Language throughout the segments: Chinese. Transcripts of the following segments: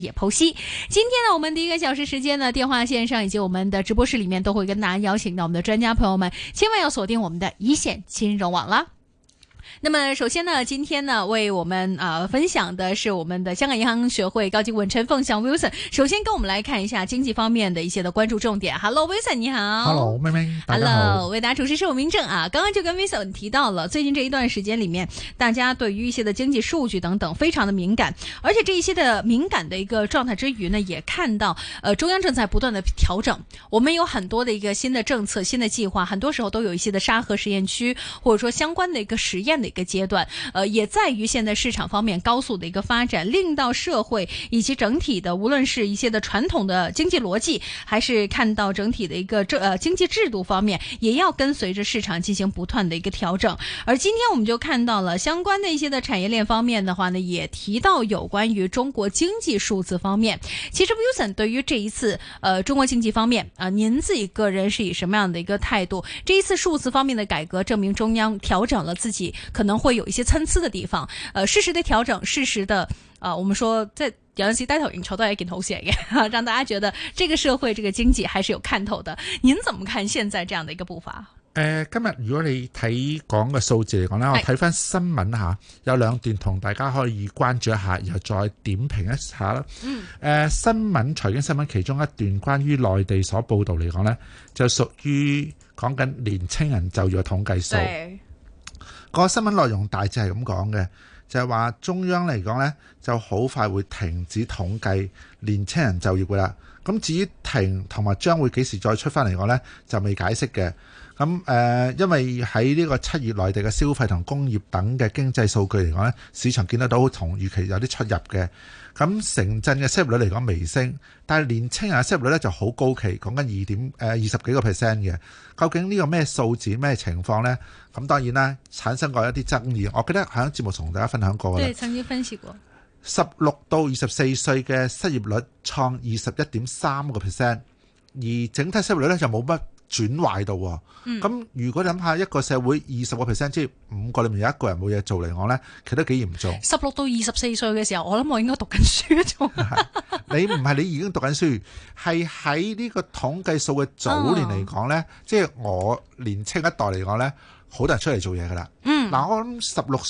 也剖析。今天呢，我们第一个小时时间呢，电话线上以及我们的直播室里面都会跟大家邀请到我们的专家朋友们，千万要锁定我们的一线金融网了。那么首先呢，今天呢为我们分享的是我们的香港银行学会高级顾问陈凤翔 Wilson。首先跟我们来看一下经济方面的一些的关注重点。Hello Wilson， 你好。 Hello 妹妹，大家好。 Hello， 为大家主持是我明正啊。刚刚就跟 Wilson 提到了，最近这一段时间里面，大家对于一些的经济数据等等非常的敏感，而且这一些的敏感的一个状态之余呢，也看到中央正在不断的调整，我们有很多的一个新的政策、新的计划，很多时候都有一些的沙盒实验区，或者说相关的一个实验的一个阶段，也在于现在市场方面高速的一个发展，令到社会以及整体的无论是一些的传统的经济逻辑，还是看到整体的一个经济制度方面，也要跟随着市场进行不断的一个调整。而今天我们就看到了相关的一些的产业链方面的话呢，也提到有关于中国经济数字方面。其实 Wilson 对于这一次中国经济方面您自己个人是以什么样的一个态度？这一次數字方面的改革，证明中央調整了自己可能會有一些參差的地方，適時的調整，適時的我們說即係有陣時低頭認錯都係一件好事嚟嘅，讓大家覺得這個社會這個經濟還是有看頭的。您怎麼看現在這樣的一個步伐？ 今日如果你睇講嘅數字嚟講咧，我睇翻新聞下，有兩段同大家可以關注一下，然後再點評一下啦。新聞財經新聞其中一段關於內地所報導嚟講咧，就屬於講緊年青人就業嘅統計數。個新聞內容大致係咁講嘅，就係話中央嚟講呢，就好快會停止統計年青人就業㗎啦。咁至於停同埋將會幾時再出翻嚟講呢，就未解釋嘅。咁因為喺呢個7月內地嘅消費同工業等嘅經濟數據嚟講呢，市場見得到同預期有啲出入嘅。咁城鎮嘅失業率嚟講微升，但係年青人嘅失業率咧就好高企，講緊20幾個 percent 嘅。究竟呢個咩數字咩情況呢？咁當然啦，產生過一啲爭議。我記得喺節目同大家分享過嘅。對， 曾經分析過。 16到24歲嘅失業率創21.3個 percent， 而整體失業率咧就冇乜轉壞到喎。咁如果你諗下一個社會20個 percent， 即係5個裏面有1個人冇嘢做嚟講咧，其實都幾嚴重。16 到24歲嘅時候，我諗我應該讀緊書啫。 你唔係你已經讀緊書，係喺呢個統計數嘅早年嚟講咧，即係我年青一代嚟講咧，好多人出嚟做嘢㗎啦。嗱，我諗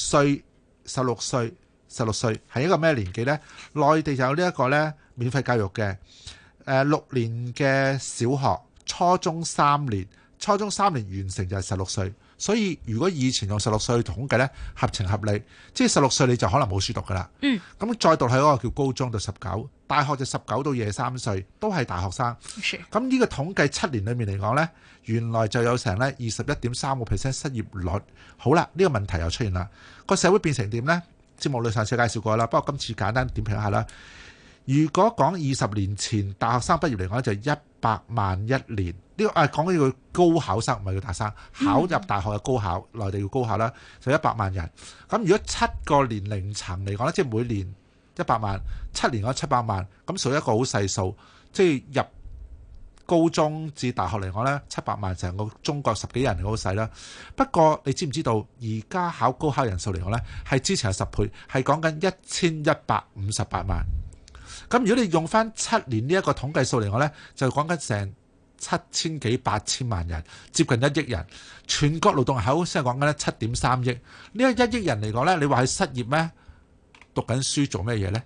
16歲係一個咩年紀咧？內地就有呢一個咧免費教育嘅，6年嘅小學。初中3年完成就係16歲，所以如果以前用16歲統計呢，合情合理，即係16歲你就可能冇書讀噶啦。咁再讀喺嗰個叫高中到19，大學就19到23歲，都係大學生。咁呢個統計7年裏面嚟講呢，原來就有成呢 21.3% 失業率。好啦，呢個問題又出現啦，個社會變成點呢？節目裏上次介紹過啦，不過今次簡單點評一下啦。如果講20年前大學生畢業嚟講就100萬一年，呢個講緊要高考生，唔係叫大生，考入大學嘅高考，內地要高考啦，就100萬人。咁如果7個年齡層嚟講咧，即係每年100萬，7年嗰700萬，咁屬於一個好細數。即係入高中至大學嚟講咧，700萬成個中國10幾人好細啦。不過你知唔知道而家考高考人數嚟講咧，係之前係10倍，係講緊1158萬。咁如果你用翻7年呢一個統計數嚟講呢，就講緊成7000幾8000萬人，接近1億人。全國勞動人口先係講緊咧7.3億。呢個1億人嚟講呢，你話係失業咩？讀緊書做咩嘢呢？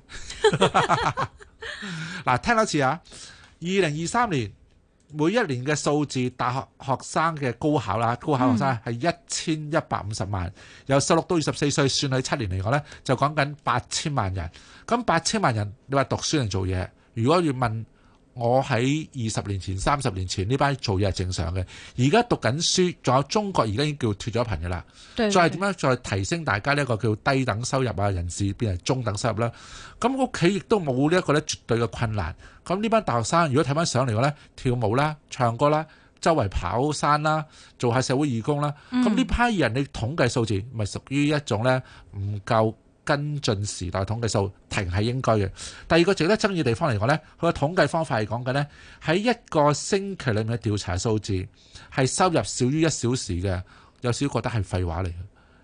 嗱，聽多次啊！2023年每一年嘅數字，大學生嘅高考啦，高考學生係1150萬，由16到24歲算係7年嚟講呢，就講緊8000萬人。咁8000萬人，你話讀書定做嘢？如果要問我喺20年前、30年前呢班做嘢係正常嘅，而家讀緊書，仲有中國而家已經叫脫咗貧嘅啦。再係點樣再提升大家呢一個叫低等收入啊人士變成中等收入啦？咁屋企亦都冇呢一個咧絕對嘅困難。咁呢班大學生如果睇翻相嚟講咧，跳舞啦、唱歌啦、周圍跑山啦、做下社會義工啦，咁呢批人你統計數字咪屬於一種咧唔夠跟進時代統計數，停係應該嘅。第二個值得爭議地方嚟講呢，佢個統計方法係講緊呢，喺一個星期裏面嘅調查數字係收入少於1小時嘅，有少覺得係廢話嚟嘅。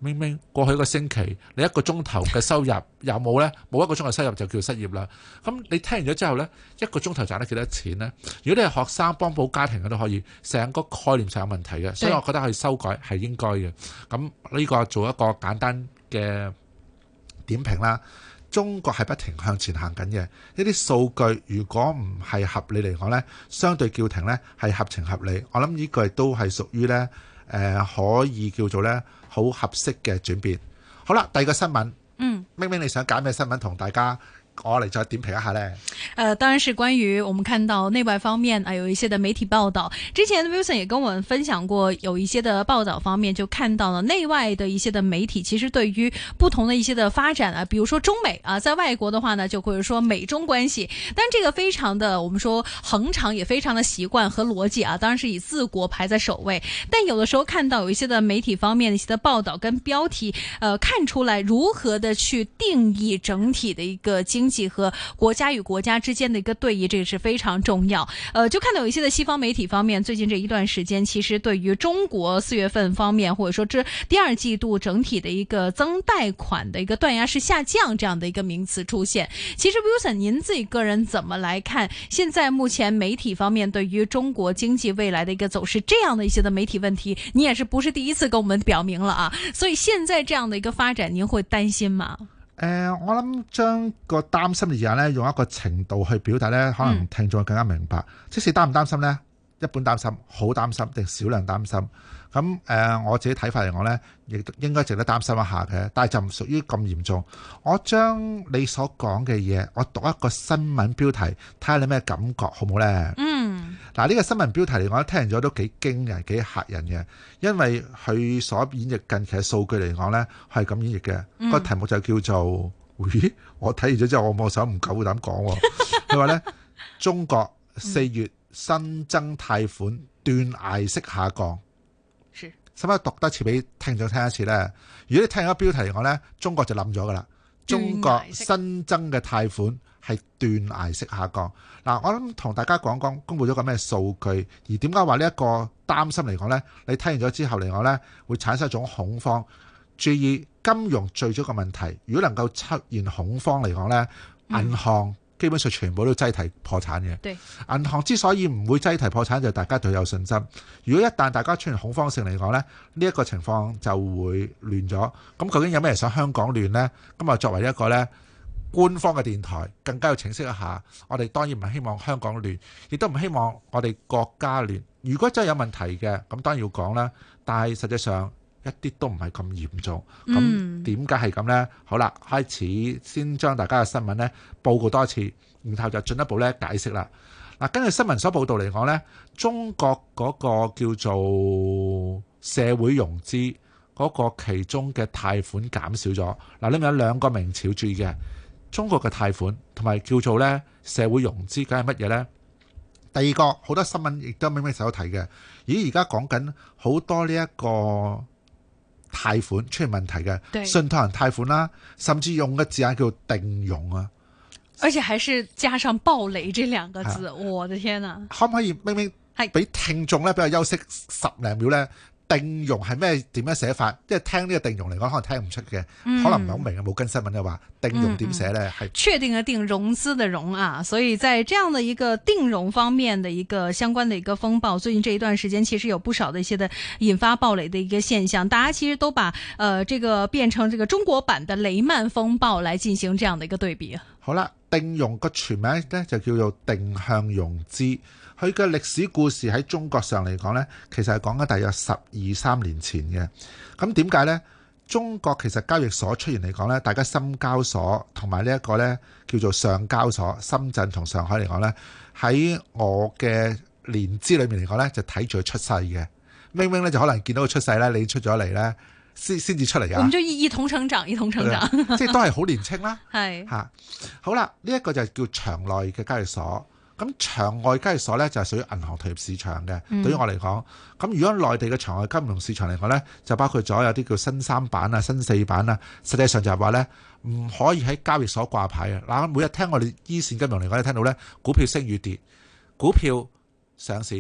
明明過去一個星期你一個鐘頭嘅收入有冇呢？冇一個鐘頭收入就叫失業啦。咁你聽完咗之後呢，一個鐘頭賺得幾多錢呢？如果你係學生幫補家庭嘅都可以，成個概念上有問題嘅，所以我覺得去修改係應該嘅。咁呢個做一個簡單嘅點評啦。中國係不停向前行緊嘅，一啲數據如果唔係合理嚟講呢，相對叫停呢係合情合理。我諗呢個亦都係屬於呢，可以叫做呢好合適嘅轉變。好啦，第二個新聞，明明你想揀咩新聞同大家我嚟再點評一下呢？ 當然是關於我們看到內外方面有一些的媒體報道。之前 Wilson 也跟我們分享過，有一些的報道方面就看到了內外的一些的媒體，其實對於不同的一些的發展啊，比如說中美啊，在外國的話呢，就會說美中關係，但這個非常的我們說恆常，也非常的習慣和邏輯啊，當然是以自國排在首位。但有的時候看到有一些的媒體方面的一些的報道跟標題，看出來如何的去定義整體的一個經濟和國家與國家之間的一個對弈，這個是非常重要。就看到有一些的西方媒體方面，最近這一段時間，其實對於中國4月份方面，或者說這第二季度整體的一個增貸款的一個斷崖式下降這樣的一個名詞出現。其實 Wilson，您自己個人怎麼來看現在目前媒體方面對於中國經濟未來的一個走勢這樣的一些的媒體問題，你也是不是第一次跟我們表明了啊？所以現在這樣的一個發展，您會擔心嗎？ 我諗將個擔心嘅嘢呢，用一個程度去表達呢，可能聽眾更加明白。即使擔唔擔心呢，一般擔心、好擔心定少量擔心。咁我自己睇法嚟講呢，亦都應該值得擔心一下嘅，但係就唔屬於咁嚴重。我將你所講嘅嘢，我讀一個新聞標題，睇下你咩感覺，好唔好呢？嗱，呢個新聞標題嚟講，聽完咗都幾驚人、幾嚇人嘅，因為佢所演繹近期嘅數據嚟講呢，係咁演繹嘅。個題目就叫做，咦？我睇完咗之後，我想唔夠膽講喎。佢話呢，中國4月新增貸款斷崖式下降。使唔使讀多次俾聽眾聽一次呢？如果你聽咗標題嚟講呢，中國就冧咗噶啦。中國新增嘅貸款係斷崖式下降。嗱，我諗同大家講講公布咗個咩數據，而點解話呢一個擔心嚟講呢？你聽完咗之後嚟講呢，會產生一種恐慌。注意金融最咗個問題，如果能夠出現恐慌嚟講呢，銀行基本上全部都擠提破產嘅。對，銀行之所以唔會擠提破產，就大家對佢有信心。如果一旦大家出現恐慌性嚟講呢，呢一個情況就會亂咗。咁究竟有咩人想香港亂呢？咁啊，作為一個呢官方嘅電台，更加要清晰一下。我哋當然唔係希望香港亂，亦都唔希望我哋國家亂。如果真係有問題嘅，咁當然要講啦。但係實際上一啲都唔係咁嚴重。咁點解係咁呢？好啦，開始先將大家嘅新聞呢報告多次，然後就進一步呢解釋啦。嗱，根據新聞所報道嚟講呢，中國嗰個叫做社會融資嗰個其中嘅貸款減少咗。嗱，裏面有兩個名詞要注意嘅。中國嘅貸款同埋叫做咧社會融資，梗係乜嘢呢？第二個好多新聞亦都明明有提嘅，而家講緊好多呢一個貸款出現問題嘅信託人貸款啦，甚至用嘅字眼叫定融啊， 而且還是加上暴雷這兩個字，我的天啊！ 可唔可以明明俾聽眾咧俾我休息10零秒呢？定融係咩？點樣寫法？因為聽呢個定融嚟講，可能聽唔出嘅，可能唔係好明啊。冇跟新聞嘅話，定融點寫呢？係確定嘅定，融資的融啊。所以在這樣的一個定融方面的一個相關的一個風暴，最近這一段時間其實有不少的一些的引發暴雷的一個現象，大家其實都把這個變成這個中國版的雷曼風暴來進行這樣的一個對比。 好啦，定融個全名呢就叫做定向融資。佢嘅歷史故事喺中國上嚟講呢，其實係講緊大約12-13年前嘅。咁點解呢？中國其實交易所出現嚟講呢，大家深交所同埋呢一個呢叫做上交所，深圳同上海嚟講呢，喺我嘅年資裏面嚟講呢，就睇住佢出世嘅。明明呢就可能見到佢出世呢，你出咗嚟呢先至出嚟㗎。我們就一同成長，一同成長，即係都係好年輕啦。係嚇，好啦，呢一個就係叫場內嘅交易所。咁場外交易所呢，就係屬於銀行同業市場嘅。對於我嚟講，咁如果內地嘅場外金融市場嚟講呢，就包括咗有啲叫新3板啊、新4板啊。實際上就係話呢，唔可以喺交易所掛牌嘅。嗱，每日聽我哋依線金融嚟講，你聽到呢，股票升與跌，股票上市，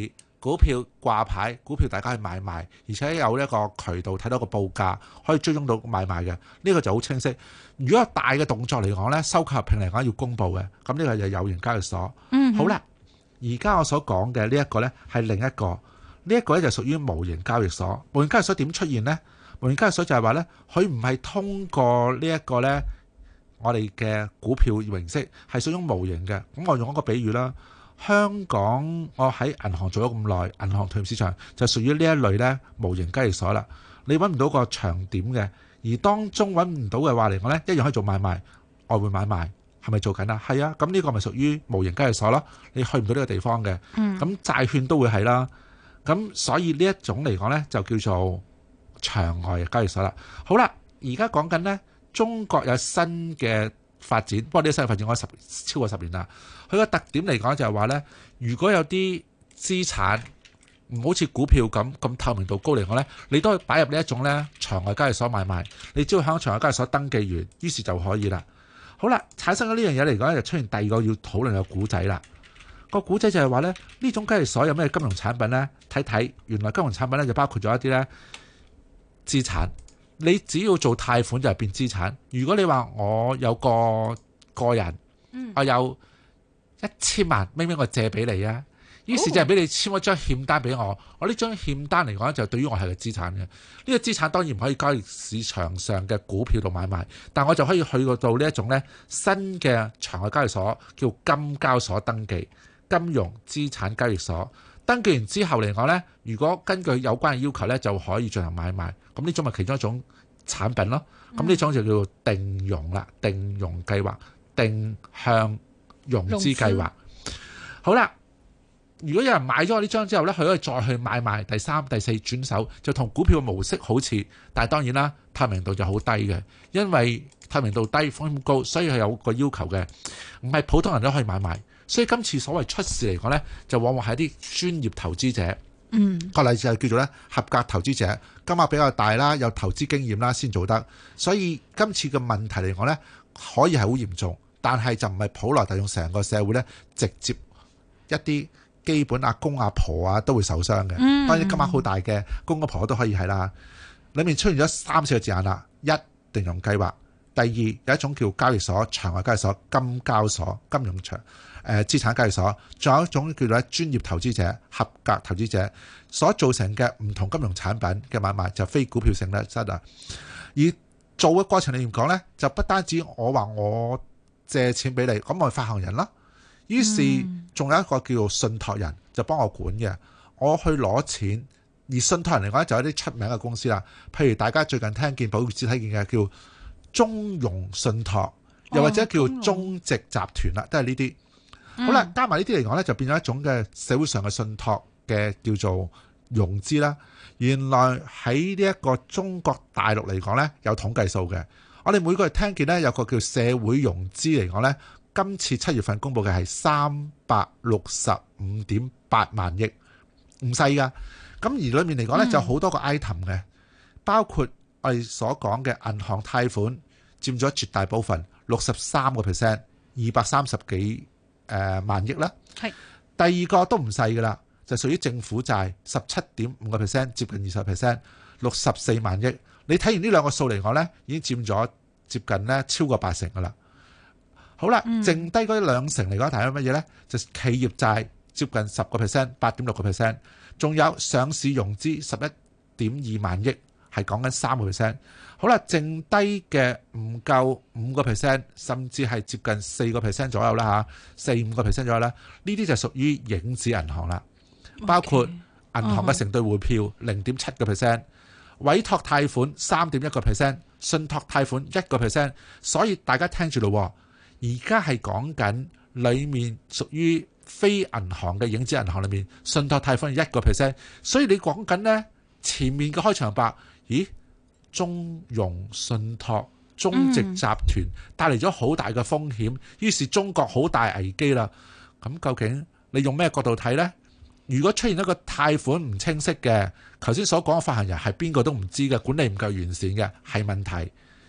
股票掛牌，股票大家去買賣，而且有一個渠道睇到個報價，可以追蹤到買賣嘅，呢個就好清晰。如果有大嘅動作嚟講呢，收購合併嚟講要公佈嘅，咁呢個就有形交易所。好啦，而家我所講嘅呢一個呢，係另一個，呢一個呢就屬於無形交易所。無形交易所點出現呢？無形交易所就係話呢，佢唔係通過呢一個呢，我哋嘅股票形式，係屬於無形嘅。咁我用一個比喻啦。香港我喺銀行做咗咁耐，銀行退市場就屬於呢一類呢無形交易所啦。你揾唔到個長點嘅，而當中揾唔到嘅話嚟講呢，一樣可以做買賣，外匯買賣係咪做緊啊？係啊，咁呢個咪屬於無形交易所咯。你去唔到呢個地方嘅，咁債券都會係啦。咁所以呢一種嚟講呢，就叫做場外交易所啦。好啦，而家講緊呢，中國有新嘅發展，不過呢個新嘅發展我超過10年啦。佢個特點嚟講就係話呢，如果有啲資產唔好似股票咁透明度高嚟講呢，你都可以擺入呢一種呢場外交易所買賣。你只要喺場外交易所登記完，於是就可以啦。好啦，產生咗呢樣嘢嚟講就出現第二個要討論嘅古仔啦。個古仔就係話呢，呢種交易所有咩金融產品呢？睇原來金融產品呢就包括咗一啲呢資產。你只要做貸款就係變資產。如果你話我有個人，我有1000萬，明明我借俾你啊，於是就係俾你簽咗張欠單俾我。我呢張欠單嚟講就對於我係個資產嘅。呢個資產當然唔可以交易市場上嘅股票度買賣，但我就可以去到呢一種呢新嘅場外交易所，叫金交所登記，金融資產交易所。登記完之後嚟講呢，如果根據有關嘅要求呢，就可以進行買賣。咁呢種咪其中一種產品咯。咁呢種就叫做定融啦，定融計劃，定向融資計劃。好啦，如果有人買咗我呢張之後呢，佢可以再去買賣第3、第4轉手，就同股票嘅模式好似，但係當然啦，透明度就好低嘅，因為透明度低，風險高，所以係有個要求嘅，唔係普通人都可以買賣。所以今次所謂出事嚟講呢，就往往係一啲專業投資者。個例子就叫做呢合格投資者，金額比較大啦，有投資經驗啦先做得。所以今次嘅問題嚟講呢，可以係好嚴重，但係就唔係普羅大眾成個社會呢，直接一啲基本阿公阿婆啊都會受傷嘅。當然金額好大嘅公阿婆都可以係啦。裡面出現咗3、4個字眼啦：一、定融計劃；第二，有一種叫交易所，場外交易所，金交所，金融場資產交易所，仲有一種叫做專業投資者、合格投資者所造成嘅唔同金融產品嘅買賣，就非股票性質啊。而做嘅過程裏面講呢，就不單止我話我借錢俾你，咁我係發行人啦。於是仲有一個叫做信託人，就幫我管嘅，我去攞錢。而信託人嚟講呢，就有啲出名嘅公司啦，譬如大家最近聽見保險睇見嘅叫中融信託，又或者叫中植集團啦，都係呢啲。好啦，加埋呢啲嚟講呢，就變咗一種嘅社會上嘅信託嘅叫做融資啦。原來喺呢一個中國大陸嚟講呢，有統計數嘅。我哋每個月聽見呢，有個叫社會融資嚟講呢，今次7月份公佈嘅係365.8萬億，唔細噶。咁而裏面嚟講呢，就好多個 item 嘅，包括我哋所講嘅銀行貸款佔咗絕大部分，63%， 230幾萬億啦。係第二個都唔細噶啦，就屬於政府債17.5%，接近20%， 64萬億。你睇完呢兩個數嚟講呢，已經佔咗接近呢超過80%噶啦。好啦，剩低嗰2成嚟講，睇下乜嘢呢？就企業債接近10%， 8.6%， 仲有上市融資11.2萬億，係講緊3%。好啦，剩低嘅唔夠5%，甚至係接近4%左右啦嚇，4-5%左右啦。呢啲就屬於影子銀行啦，包括銀行嘅承兌匯票0.7%，委託貸款3.1%，信託貸款1%。所以大家聽住咯，而家係講緊裡面屬於非銀行嘅影子銀行裏面，信託貸款係1%。所以你講緊呢前面嘅開場白，咦？中融信託、中植集團帶嚟咗好大嘅風險，於是中國好大危機啦。咁究竟你用咩角度睇呢？如果出現一個貸款唔清晰嘅，頭先所講嘅發行人係邊個都唔知嘅，管理唔夠完善嘅，係問題。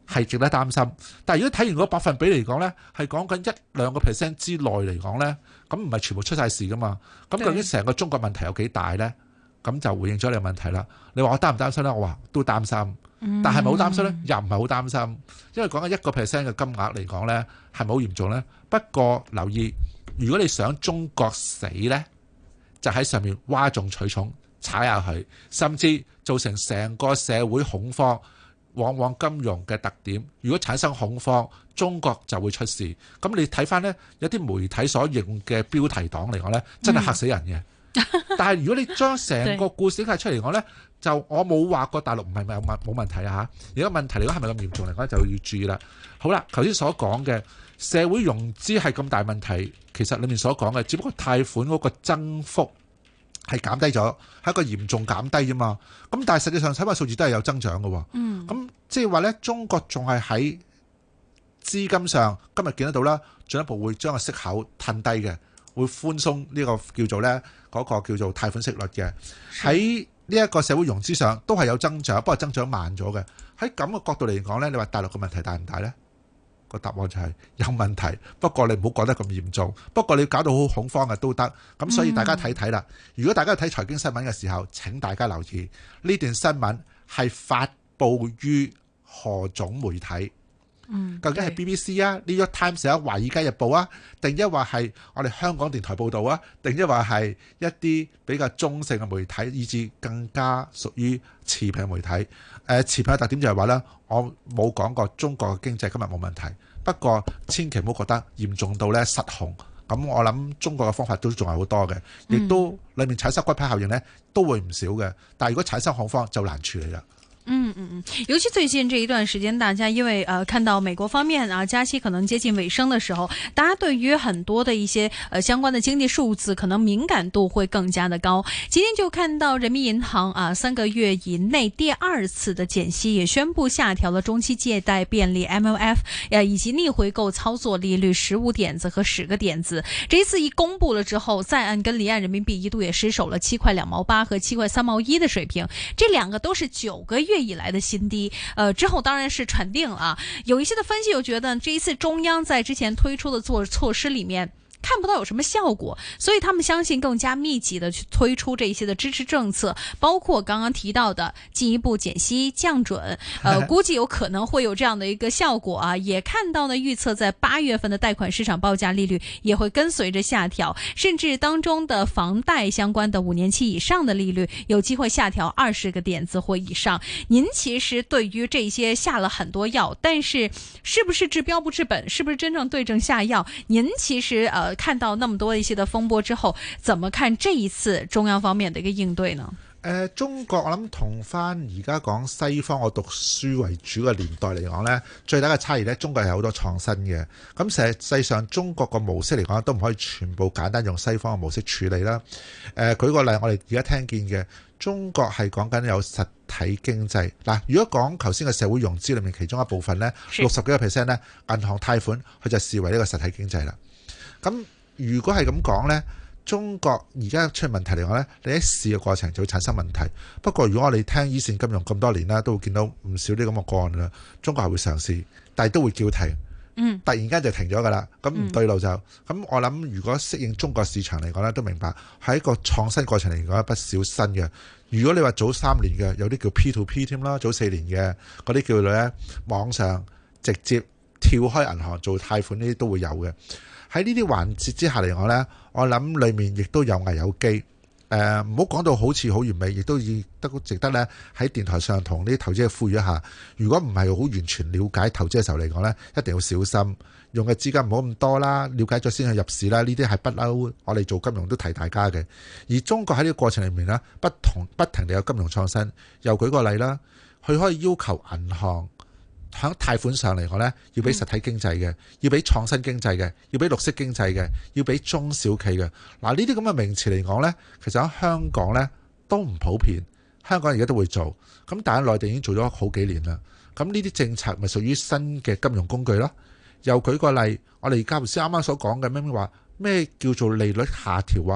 係值得擔心。但係如果睇完個百分比嚟講呢，係講緊1-2% 之內嚟講呢，咁唔係全部出晒事噶嘛。咁究竟成個中國問題有幾大呢？咁就回應咗你個問題啦。你話我擔唔擔心呢？我話都擔心，但係冇擔心呢，又唔係好擔心，因為講緊1%嘅金額嚟講呢，係咪好嚴重呢？不過留意，如果你想中國死呢，就喺上面嘩眾取寵，踩下佢，甚至造成成個社會恐慌。往往金融嘅特點，如果產生恐慌，中國就會出事。咁你睇翻呢，有啲媒體所用嘅標題黨嚟講呢，真係嚇死人嘅。但係如果你將成個故事睇出嚟講呢，就我冇話過大陸唔係冇問題啊嚇。而家問題嚟講係咪咁嚴重嚟講，就要注意啦。好啦，頭先所講嘅社會融資係咁大問題，其實裡面所講嘅只不過貸款嗰個增幅係減低咗，係一個嚴重減低啫嘛。咁但係實際上睇翻數字都係有增長嘅。咁即係話呢，中國仲係喺資金上，今日見得到啦，進一步會將個息口褪低嘅，會寬鬆呢個叫做呢嗰個叫做貸款息率嘅。喺呢一個社會融資上都係有增長，不過增長慢咗嘅。喺咁嘅角度嚟講呢，你話大陸嘅問題大唔大呢？個答案就係有問題，不過你唔好講得咁嚴重。不過你搞到好恐慌嘅都得。咁所以大家睇睇啦。如果大家睇財經新聞嘅時候，請大家留意呢段新聞係發布於何種媒體？究竟係 BBC 啊、New York Times 啊、華爾街日報啊，定一話係我哋香港電台報導啊，定一話係一啲比較中性嘅媒體，以至更加屬於持平嘅媒體。持平嘅特點就係話呢，我冇講過中國嘅經濟今日冇問題，不過千祈唔好覺得嚴重到呢失控。咁我諗中國嘅方法都仲係好多嘅，亦都裡面產生骨牌效應呢都會唔少嘅。但係如果產生恐慌就難處理啦。 尤其最近這一段時間，大家因為看到美國方面啊加息可能接近尾聲的時候，大家對於很多的一些相關的經濟數字可能敏感度會更加的高。今天就看到人民銀行3個月以內第二次的減息，也宣布下調了中期借貸便利 MLF 以及逆回購操作利率15點子和10個點子。這一次一公布了之後，在岸跟離岸人民幣一度也失守了7塊2毛8和7塊3毛1的水平，這兩個都是9個月以來的新低，之後當然是傳定了啊。有一些的分析又覺得，這一次中央在之前推出的措施裡面看不到有什麼效果，所以他們相信更加密集的去推出這些的支持政策，包括剛剛提到的進一步減息降準，估計有可能會有這樣的一個效果啊。也看到呢，預測在8月份的貸款市場報價利率也會跟隨着下調，甚至當中的房貸相關的5年期以上的利率有機會下調20個點子或以上。您其實對於這些下了很多藥，但是是不是治標不治本，是不是真正對症下藥？您其實看到那麼多一些的風波之後，怎麼看這一次中央方面的一個應對呢？ 中國我諗同翻而家講西方我讀書為主嘅年代嚟講呢，最大嘅差異呢，中國係有好多創新嘅。咁實際上中國個模式嚟講都唔可以全部簡單用西方嘅模式處理啦。舉個例，我哋而家聽見嘅中國係講緊有實體經濟嗱。如果講頭先嘅社會融資裏面其中一部分呢，60幾個%呢，銀行貸款佢就視為呢個實體經濟啦。咁如果係咁講呢，中國而家出現問題嚟講呢，你喺試嘅過程就會產生問題。不過如果我哋聽一線金融咁多年啦，都會見到唔少啲咁嘅個案啦。中國係會嘗試，但係都會叫停。突然間就停咗㗎啦。咁唔對路就咁。我諗如果適應中國市場嚟講呢，都明白係一個創新過程嚟講，不少新嘅。如果你話早3年嘅，有啲叫 P2P 添啦，早4年嘅嗰啲叫呢網上直接跳開銀行做貸款，呢啲都會有嘅。喺呢啲環節之下嚟講呢，我諗裏面亦都有危有機。唔好講到好似好完美，亦都值得呢喺電台上同啲投資者呼籲一下。如果唔係好完全了解投資嘅時候嚟講呢，一定要小心，用嘅資金唔好咁多啦，了解咗先去入市啦。呢啲係不嬲，我哋做金融都提大家嘅。而中國喺呢個過程裏面呢，不停地有金融創新。又舉個例啦，佢可以要求銀行喺貸款上嚟講呢，要俾實體經濟嘅，要俾創新經濟嘅，要俾綠色經濟嘅，要俾中小企嘅。嗱，呢啲咁嘅名詞嚟講呢，其實喺香港呢都唔普遍。香港而家都會做，咁但係內地已經做咗好幾年啦。咁呢啲政策咪屬於新嘅金融工具咯。又舉個例，我哋而家頭先啱啱所講嘅咩叫做利率下調啊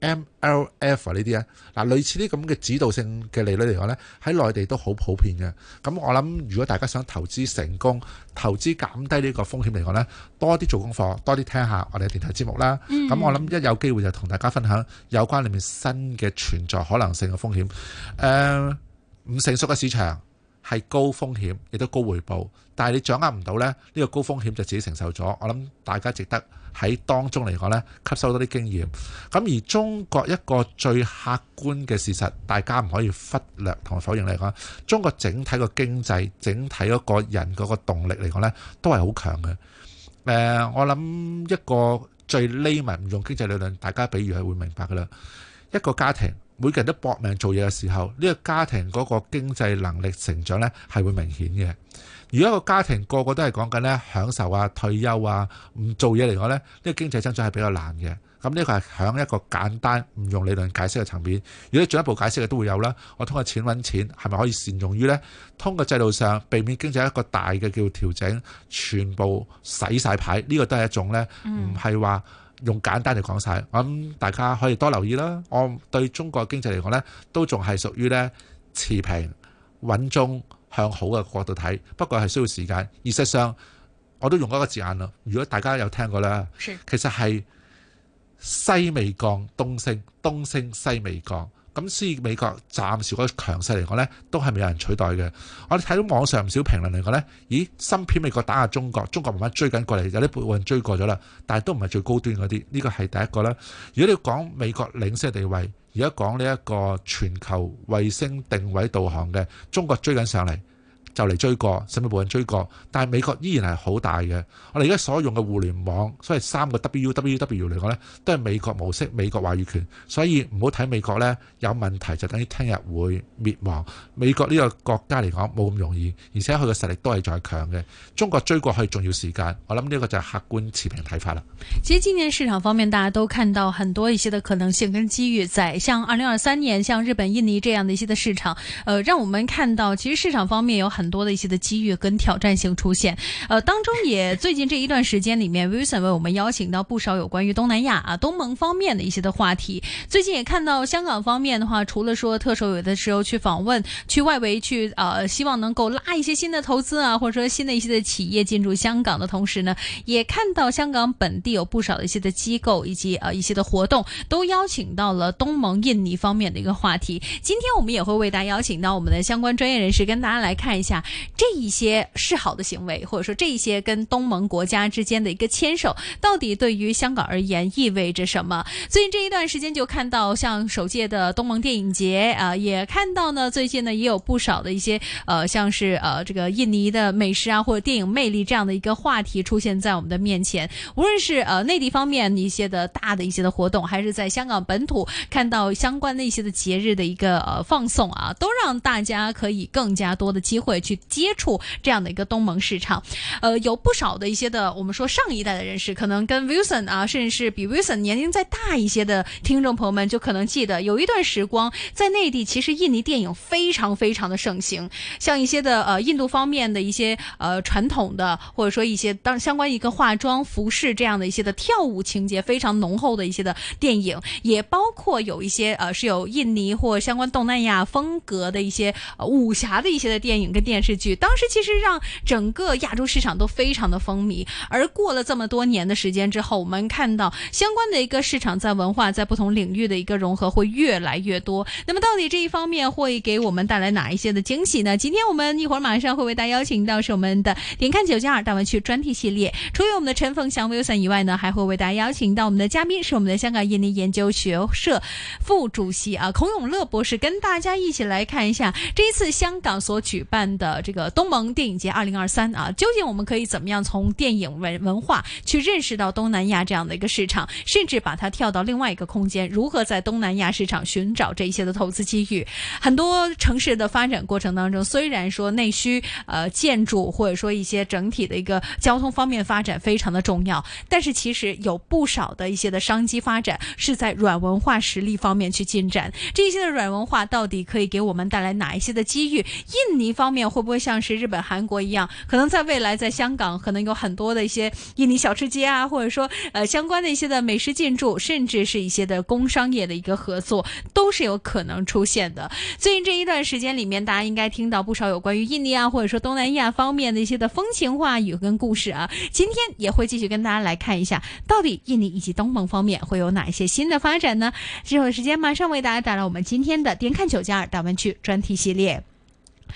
MLF 呢啲咧，嗱類似啲咁嘅指導性嘅利率嚟講呢，喺內地都好普遍嘅。咁我諗如果大家想投資成功、投資減低呢個風險嚟講呢，多啲做功課，多啲聽下我哋嘅電台節目啦。咁我諗一有機會就同大家分享有關裏面新嘅存在可能性嘅風險。唔成熟嘅市場係高風險，亦都高回報，但係你掌握唔到呢個高風險就自己承受咗。我諗大家值得喺當中嚟講呢，吸收多啲經驗。咁而中國一個最客觀嘅事實，大家唔可以忽略同否認嚟講，中國整體個經濟、整體嗰個人嗰個動力嚟講呢，都係好強嘅。我諗一個最layman唔用經濟理論，大家比喻係會明白噶啦。一個家庭每個人都搏命做嘢嘅時候，呢個家庭嗰個經濟能力成長呢係會明顯嘅。如果一個家庭個個都係講緊呢享受啊、退休啊、唔做嘢嚟講呢，呢個經濟增長係比較難嘅。咁呢個係響一個簡單唔用理論解釋嘅層面。如果你進一步解釋嘅都會有啦。我通過錢揾錢係咪可以善用於呢？通過制度上避免經濟一個大嘅叫調整，全部洗晒牌，呢個都係一種呢，唔係話用簡單就講晒。我諗大家可以多留意啦。我對中國經濟嚟講呢，都仲係屬於呢持平穩中向好嘅角度睇，不過係需要時間。而實際上我都用嗰個字眼啦。如果大家有聽過啦，其實係西未降東升，東升西未降。咁所以美國暫時嗰個強勢嚟講呢，都係未有人取代嘅。我哋睇到網上唔少評論嚟講呢，咦，芯片美國打壓中國，中國慢慢追緊過嚟，有啲部分追過咗啦，但係都唔係最高端嗰啲。呢個係第一個啦。如果你講美國領先嘅地位，而家講呢一個全球衛星定位導航嘅，中國追緊上嚟，就嚟追過，甚至冇人追過，但係美國依然係好大嘅。我哋而家所用嘅互聯網，所謂3個 WWW 嚟講呢，都係美國模式、美國話語權，所以唔好睇美國呢有問題就等於聽日會滅亡。美國呢個國家嚟講冇咁容易，而且佢嘅實力都係再強嘅。中國追過去仲要時間，我諗呢個就係客觀持平睇法啦。 其實今年市場方面，大家都看到很多一些的可能性跟機遇在，像2023年，像日本、印尼這樣的一些的市場，讓我們看到其實市場方面有很多的一些的機遇跟挑戰性出現。當中也最近這一段時間裡面，Wilson 為我們邀請到不少有關於東南亞東盟方面的一些的話題。最近也看到香港方面的話，除了說特首有的時候去訪問、去外圍去希望能夠拉一些新的投資啊，或者說新的一些的企業進駐香港的同時呢，也看到香港本地有不少的一些的機構以及一些的活動，都邀請到了東盟、印尼方面的一個話題。今天我們也會為大家邀請到我們的相關專業人士，跟大家來看一下這一些示好的行為，或者說這一些跟東盟國家之間的一個牽手，到底對於香港而言意味着什麼？最近這一段時間就看到像首屆的東盟電影節，也看到呢最近呢也有不少的一些像是這個印尼的美食啊，或者電影魅力這樣的一個話題出現在我們的面前。無論是內地方面一些的大的一些的活動，還是在香港本土看到相關的一些的節日的一個放送啊，都讓大家可以更加多的機會去接觸這樣的一個東盟市場。有不少的一些的我們說上一代的人士，可能跟 Wilson 啊，甚至是比 Wilson 年齡再大一些的聽眾朋友們，就可能記得有一段時光在內地，其實印尼電影非常非常的盛行，像一些的印度方面的一些傳統的，或者說一些相關一個化妝服飾這樣的一些的跳舞情節非常濃厚的一些的電影，也包括有一些是有印尼或相關東南亞風格的一些武俠的一些的電影跟電視劇，當時其實讓整個亞洲市場都非常的風靡。而過了這麼多年的時間之後，我們看到相關的一個市場在文化在不同領域的一個融合會越來越多。那麼到底這一方面會給我們帶來哪一些的驚喜呢？今天我們一會兒馬上會為大家邀請到是我們的點看9+2大灣區專題系列，除了我們的陳鳳祥 Wilson 以外呢，還會為大家邀請到我們的嘉賓是我們的香港印尼研究學社副主席孔永樂博士，跟大家一起來看一下這一次香港所舉辦的這個東盟電影節2023究竟我們可以怎麼樣從電影文化去認識到東南亞這樣的一個市場，甚至把它跳到另外一個空間，如何在東南亞市場尋找這一些的投資機遇。很多城市的發展過程當中，雖然說內需建築或者說一些整體的一個交通方面發展非常的重要，但是其實有不少的一些的商機發展是在軟文化實力方面去進展。這些的軟文化到底可以給我們帶來哪一些的機遇？印尼方面面会不会像是日本、韩国一样，可能在未来在香港可能有很多的一些印尼小吃街啊，或者说相关的一些的美食进驻，甚至是一些的工商业的一个合作，都是有可能出现的。最近这一段时间里面，大家应该听到不少有关于印尼啊，或者说东南亚方面的一些的风情话语跟故事啊。今天也会继续跟大家来看一下，到底印尼以及东盟方面会有哪一些新的发展呢？之后的时间马上为大家带来我们今天的点看9+2大湾区专题系列。